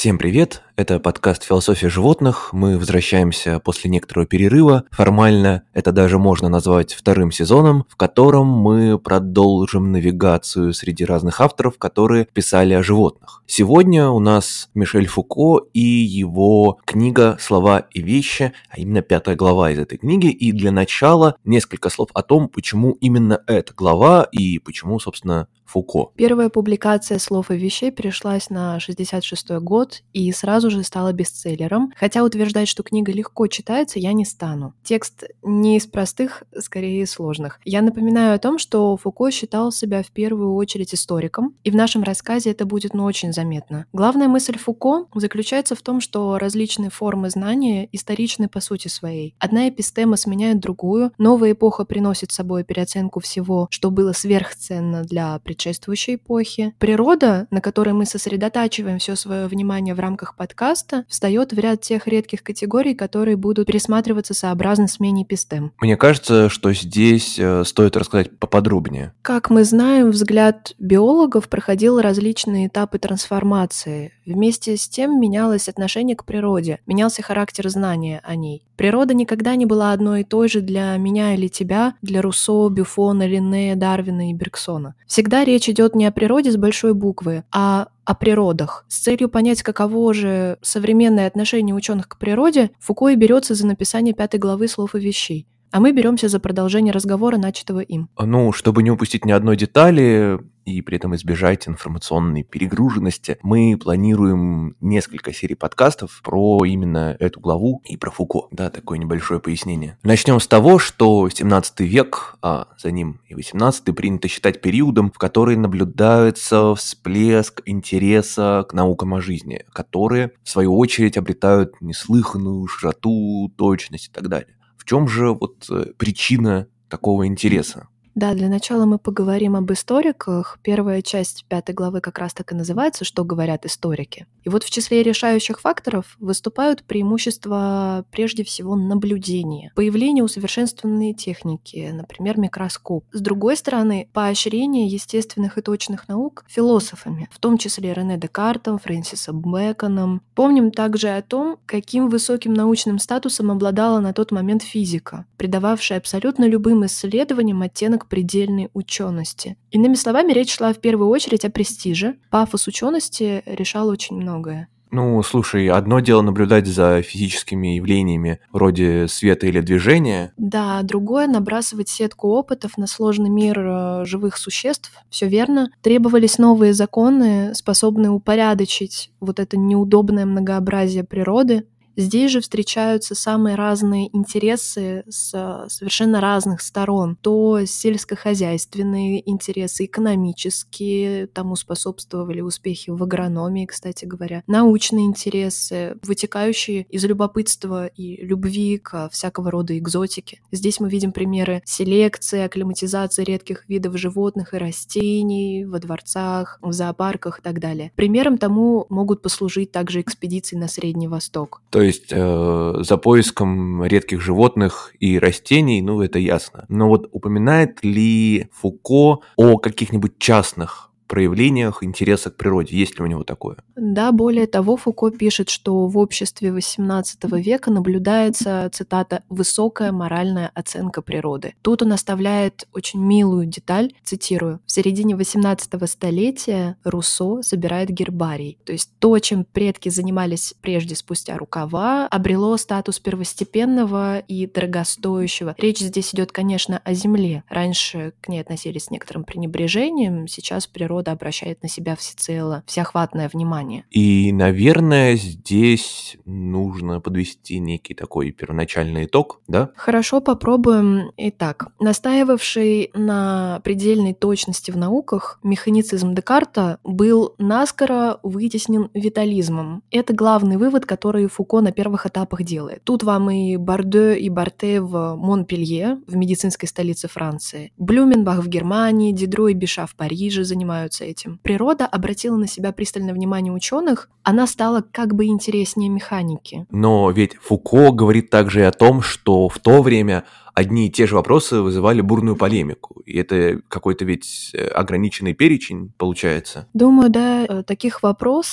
Всем привет! Это подкаст «Философия животных». Мы возвращаемся после некоторого перерыва. Формально это даже можно назвать вторым сезоном, в котором мы продолжим навигацию среди разных авторов, которые писали о животных. Сегодня у нас Мишель Фуко и его книга «Слова и вещи», а именно 5 глава из этой книги. И для начала несколько слов о том, почему именно эта глава и почему, собственно, Фуко. Первая публикация «Слов и вещей» пришлась на 66-й год и сразу же стала бестселлером, хотя утверждать, что книга легко читается, я не стану. Текст не из простых, скорее из сложных. Я напоминаю о том, что Фуко считал себя в первую очередь историком, и в нашем рассказе это будет очень заметно. Главная мысль Фуко заключается в том, что различные формы знания историчны по сути своей. Одна эпистема сменяет другую, новая эпоха приносит с собой переоценку всего, что было сверхценно для предшествующей эпохи. Природа, на которой мы сосредотачиваем все свое внимание в рамках подкаста, встает в ряд тех редких категорий, которые будут пересматриваться сообразно смене эпистем. Мне кажется, что здесь стоит рассказать поподробнее. Как мы знаем, взгляд биологов проходил различные этапы трансформации. Вместе с тем менялось отношение к природе, менялся характер знания о ней. Природа никогда не была одной и той же для меня или тебя, для Руссо, Бюфона, Линнея, Дарвина и Бергсона. Всегда речь идет не о природе с большой буквы, а о природах. С целью понять, каково же современное отношение ученых к природе, Фуко и берется за написание 5 главы «Слов и вещей». А мы беремся за продолжение разговора, начатого им. Чтобы не упустить ни одной детали и при этом избежать информационной перегруженности, мы планируем несколько серий подкастов про именно эту главу и про Фуко. Да, такое небольшое пояснение. Начнем с того, что 17 век, а за ним и 18 принято считать периодом, в который наблюдается всплеск интереса к наукам о жизни, которые, в свою очередь, обретают неслыханную широту, точность и так далее. В чем же причина такого интереса? Да, для начала мы поговорим об историках. Первая часть 5 главы как раз так и называется «Что говорят историки». И вот в числе решающих факторов выступают преимущества, прежде всего, наблюдения, появление усовершенствованной техники, например, микроскоп. С другой стороны, поощрение естественных и точных наук философами, в том числе Рене Декартом, Фрэнсисом Бэконом. Помним также о том, каким высоким научным статусом обладала на тот момент физика, придававшая абсолютно любым исследованиям оттенок предельной учености. Иными словами, речь шла в первую очередь о престиже. Пафос учености решал очень многое. Слушай, одно дело наблюдать за физическими явлениями вроде света или движения. Да, другое — набрасывать сетку опытов на сложный мир живых существ. Все верно. Требовались новые законы, способные упорядочить вот это неудобное многообразие природы. Здесь же встречаются самые разные интересы с совершенно разных сторон. То сельскохозяйственные интересы, экономические, тому способствовали успехи в агрономии, кстати говоря, научные интересы, вытекающие из любопытства и любви к всякого рода экзотике. Здесь мы видим примеры селекции, акклиматизации редких видов животных и растений во дворцах, в зоопарках и так далее. Примером тому могут послужить также экспедиции на Средний Восток. То есть за поиском редких животных и растений, это ясно. Но упоминает ли Фуко о каких-нибудь частных проявлениях интереса к природе? Есть ли у него такое? Да, более того, Фуко пишет, что в обществе XVIII века наблюдается, цитата, «высокая моральная оценка природы». Тут он оставляет очень милую деталь, цитирую, «В середине XVIII столетия Руссо собирает гербарий». То есть то, чем предки занимались прежде спустя рукава, обрело статус первостепенного и дорогостоящего. Речь здесь идет, конечно, о земле. Раньше к ней относились с некоторым пренебрежением, сейчас природа обращает на себя всецело всеохватное внимание. И, наверное, здесь нужно подвести некий такой первоначальный итог, да? Хорошо, попробуем. Итак, настаивавший на предельной точности в науках механицизм Декарта был наскоро вытеснен витализмом. Это главный вывод, который Фуко на первых этапах делает. Тут вам и Бордё, и Барте в Монпелье, в медицинской столице Франции, Блюменбах в Германии, Дидро и Биша в Париже занимаются этим. Природа обратила на себя пристальное внимание ученых, она стала как бы интереснее механики. Но ведь Фуко говорит также и о том, что в то время одни и те же вопросы вызывали бурную полемику. И это какой-то ведь ограниченный перечень получается. Думаю, да, таких вопросов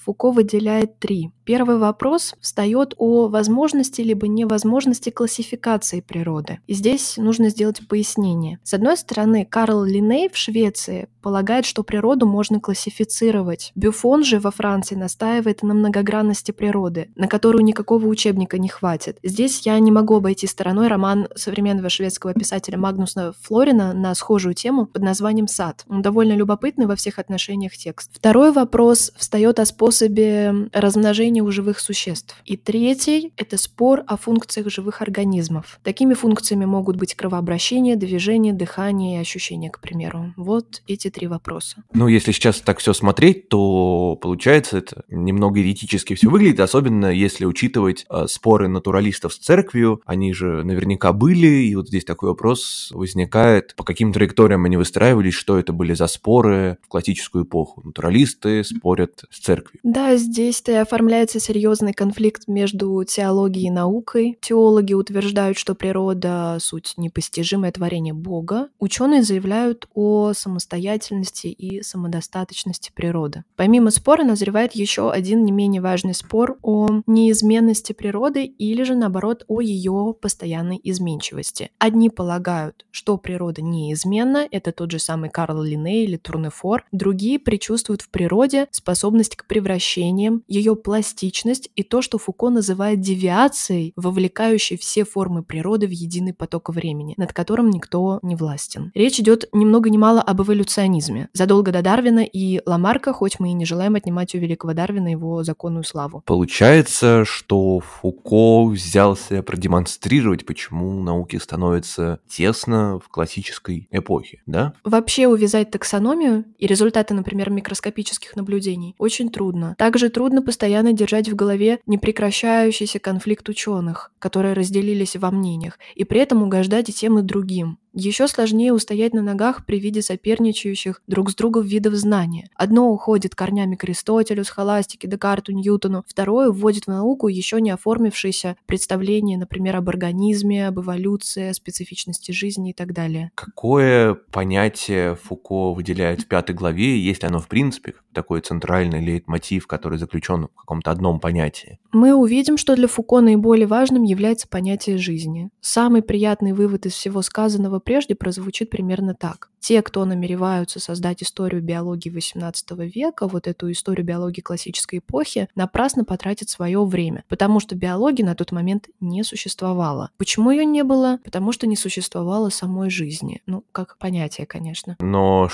Фуко выделяет 3. Первый вопрос встает о возможности либо невозможности классификации природы. И здесь нужно сделать пояснение. С одной стороны, Карл Линней в Швеции полагает, что природу можно классифицировать. Бюфон же во Франции настаивает на многогранности природы, на которую никакого учебника не хватит. Здесь я не могу обойти стороной роман современного шведского писателя Магнуса Флорина на схожую тему под названием «Сад». Он довольно любопытный во всех отношениях текст. Второй вопрос встает о способе размножения у живых существ. И третий — это спор о функциях живых организмов. Такими функциями могут быть кровообращение, движение, дыхание и ощущения, к примеру. Вот эти 3 вопроса. Ну, если сейчас так все смотреть, то получается это немного еретически все выглядит, особенно если учитывать споры натуралистов с церковью. Они же наверняка были, и вот здесь такой вопрос возникает, по каким траекториям они выстраивались, что это были за споры в классическую эпоху. Натуралисты спорят с церковью. Да, здесь-то оформляется серьезный конфликт между теологией и наукой. Теологи утверждают, что природа — суть непостижимое творение Бога. Ученые заявляют о самостоятельности и самодостаточности природы. Помимо спора назревает еще один не менее важный спор о неизменности природы или же, наоборот, о ее постоянной изменчивости. Одни полагают, что природа неизменна, это тот же самый Карл Линней или Турнефор. Другие предчувствуют в природе способность к превращениям, ее пластичность и то, что Фуко называет девиацией, вовлекающей все формы природы в единый поток времени, над которым никто не властен. Речь идет ни много ни мало об эволюционизме. Задолго до Дарвина и Ламарка, хоть мы и не желаем отнимать у великого Дарвина его законную славу. Получается, что Фуко взялся продемонстрировать, почему науке становится тесно в классической эпохе, да? Вообще увязать таксономию и результаты, например, микроскопических наблюдений очень трудно. Также трудно постоянно держать в голове непрекращающийся конфликт ученых, которые разделились во мнениях, и при этом угождать и тем, и другим. Еще сложнее устоять на ногах при виде соперничающих друг с другом видов знания. Одно уходит корнями к Аристотелю, схоластике, Декарту, Ньютону, второе вводит в науку еще не оформившееся представление, например, об организме, об эволюции, о специфичности жизни и так далее. Какое понятие Фуко выделяет в 5 главе, если оно в принципе такой центральный лейтмотив, который заключен в каком-то одном понятии? Мы увидим, что для Фуко наиболее важным является понятие жизни. Самый приятный вывод из всего сказанного прежде прозвучит примерно так. Те, кто намереваются создать историю биологии XVIII века, вот эту историю биологии классической эпохи, напрасно потратят свое время, потому что биологии на тот момент не существовало. Почему ее не было? Потому что не существовало самой жизни. Ну, как понятие, конечно. Но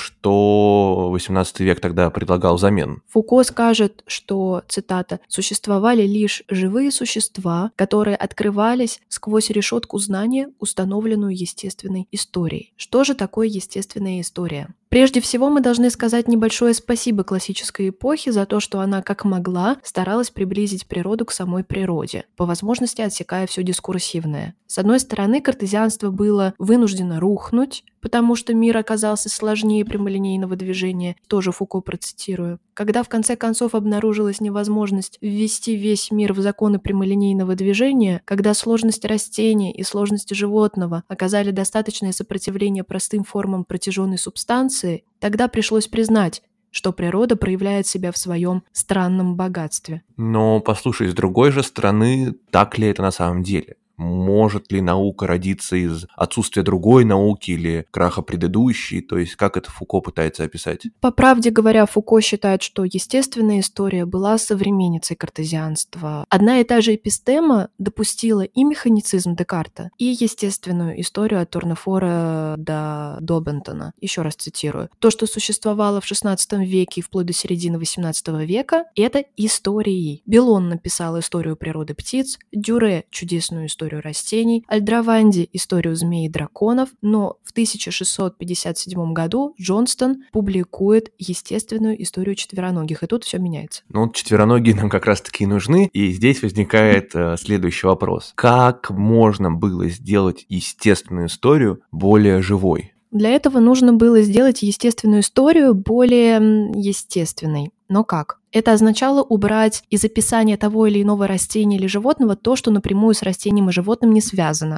что XVIII век тогда предлагал взамен? Фуко скажет, что, цитата, «существовали лишь живые существа, которые открывались сквозь решетку знания, установленную естественной историей». Что же такое естественная история? Прежде всего, мы должны сказать небольшое спасибо классической эпохе за то, что она, как могла, старалась приблизить природу к самой природе, по возможности отсекая все дискурсивное. С одной стороны, картезианство было вынуждено рухнуть, потому что мир оказался сложнее прямолинейного движения, тоже Фуко процитирую. Когда в конце концов обнаружилась невозможность ввести весь мир в законы прямолинейного движения, когда сложность растения и сложности животного оказали достаточное сопротивление простым формам протяженной субстанции, тогда пришлось признать, что природа проявляет себя в своем странном богатстве. Но, послушай, с другой же стороны, так ли это на самом деле? Может ли наука родиться из отсутствия другой науки или краха предыдущей? То есть как это Фуко пытается описать? По правде говоря, Фуко считает, что естественная история была современницей картезианства. Одна и та же эпистема допустила и механицизм Декарта, и естественную историю от Турнефора до Добентона. Еще раз цитирую. То, что существовало в XVI веке и вплоть до середины XVIII века, это истории. Белон написал историю природы птиц, Дюре — чудесную историю растений, Альдраванди — историю змей и драконов, но в 1657 году Джонстон публикует естественную историю четвероногих, и тут все меняется. Ну, четвероногие нам как раз-таки нужны, и здесь возникает следующий вопрос. Как можно было сделать естественную историю более живой? Для этого нужно было сделать естественную историю более естественной. Но как? Это означало убрать из описания того или иного растения или животного то, что напрямую с растением и животным не связано.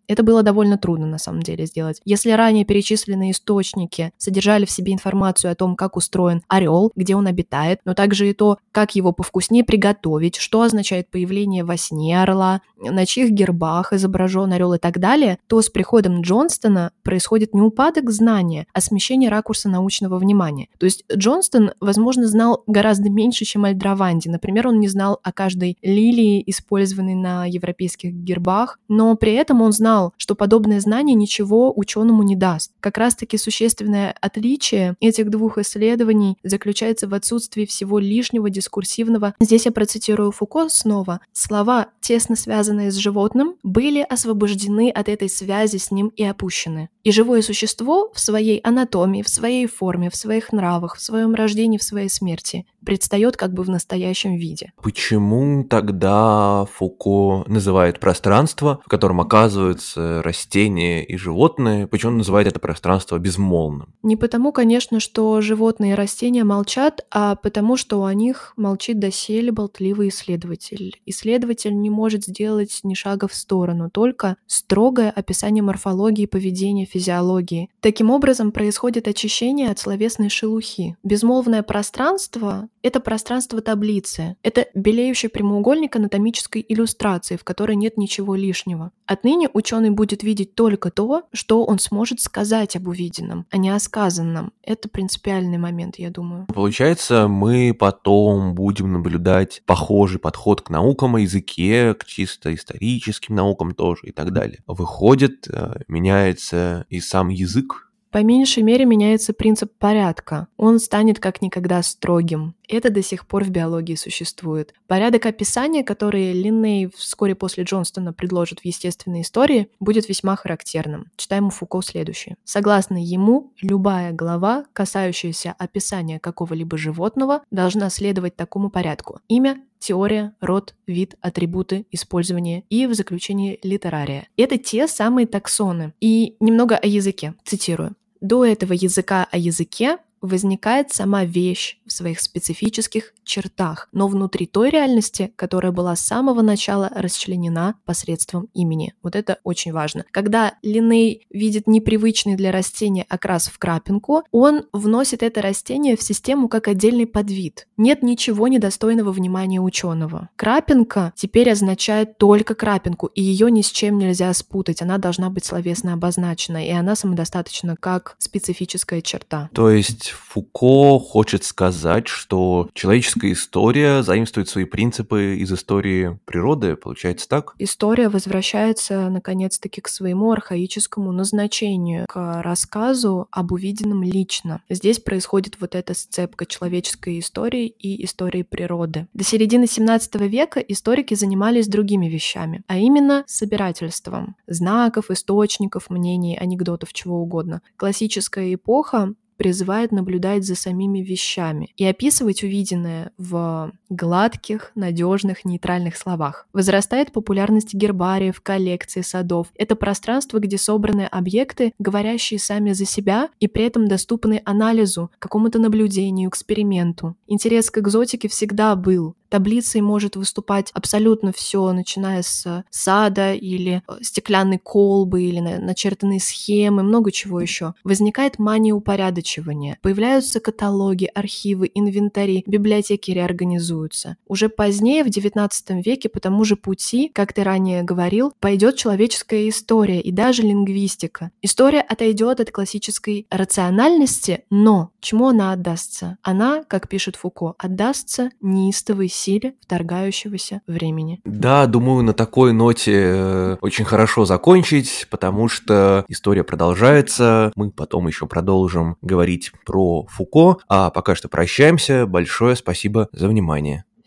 Это было довольно трудно на самом деле сделать. Если ранее перечисленные источники содержали в себе информацию о том, как устроен орел, где он обитает, но также и то, как его повкуснее приготовить, что означает появление во сне орла, на чьих гербах изображен орел и так далее, то с приходом Джонстона происходит не упадок знания, а смещение ракурса научного внимания. То есть Джонстон, возможно, знал гораздо меньше, чем Альдраванди. Например, он не знал о каждой лилии, использованной на европейских гербах, но при этом он знал, что подобное знание ничего ученому не даст. Как раз-таки существенное отличие этих двух исследований заключается в отсутствии всего лишнего дискурсивного. Здесь я процитирую Фуко снова. Слова, тесно связанные с животным, были освобождены от этой связи с ним и опущены. И живое существо в своей анатомии, в своей форме, в своих нравах, в своем рождении, в своей смерти предстает как бы в настоящем виде. Почему тогда Фуко называет пространство, в котором оказываются растения и животные, почему он называет это пространство безмолвным? Не потому, конечно, что животные и растения молчат, а потому, что о них молчит доселе болтливый исследователь. Исследователь не может сделать ни шага в сторону, только строгое описание морфологии, поведения, физиологии. Таким образом, происходит очищение от словесной шелухи. Безмолвное пространство — это пространство таблицы. Это белеющий прямоугольник анатомической иллюстрации, в которой нет ничего лишнего. Отныне ученый будет видеть только то, что он сможет сказать об увиденном, а не о сказанном. Это принципиальный момент, я думаю. Получается, мы потом будем наблюдать похожий подход к наукам о языке, к чисто историческим наукам тоже и так далее. Выходит, меняется и сам язык. По меньшей мере меняется принцип порядка. Он станет как никогда строгим. Это до сих пор в биологии существует. Порядок описания, который Линней вскоре после Джонстона предложит в естественной истории, будет весьма характерным. Читаем у Фуко следующее. Согласно ему, любая глава, касающаяся описания какого-либо животного, должна следовать такому порядку. Имя, теория, род, вид, атрибуты, использование и, в заключении, литерария. Это те самые таксоны. И немного о языке. Цитирую. До этого языка о языке возникает сама вещь в своих специфических чертах, но внутри той реальности, которая была с самого начала расчленена посредством имени. Вот это очень важно. Когда Линней видит непривычный для растения окрас в крапинку, он вносит это растение в систему как отдельный подвид. Нет ничего недостойного внимания ученого. Крапинка теперь означает только крапинку, и ее ни с чем нельзя спутать. Она должна быть словесно обозначена, и она самодостаточна как специфическая черта. То есть Фуко хочет сказать, что человеческая история заимствует свои принципы из истории природы, получается так? История возвращается, наконец-таки, к своему архаическому назначению, к рассказу об увиденном лично. Здесь происходит вот эта сцепка человеческой истории и истории природы. До середины 17 века историки занимались другими вещами, а именно собирательством знаков, источников, мнений, анекдотов, чего угодно. Классическая эпоха призывает наблюдать за самими вещами и описывать увиденное в гладких, надежных, нейтральных словах. Возрастает популярность гербариев, коллекций, садов. Это пространство, где собраны объекты, говорящие сами за себя и при этом доступны анализу, какому-то наблюдению, эксперименту. Интерес к экзотике всегда был. Таблицей может выступать абсолютно все, начиная с сада или стеклянной колбы, или начертанные схемы, много чего еще. Возникает мания упорядочивания. Появляются каталоги, архивы, инвентари, библиотеки реорганизуются. Уже позднее, в XIX веке, по тому же пути, как ты ранее говорил, пойдет человеческая история и даже лингвистика. История отойдет от классической рациональности, но чему она отдастся? Она, как пишет Фуко, отдастся неистовой силе вторгающегося времени. Да, думаю, на такой ноте очень хорошо закончить, потому что история продолжается. Мы потом еще продолжим говорить про Фуко, а пока что прощаемся. Большое спасибо за внимание.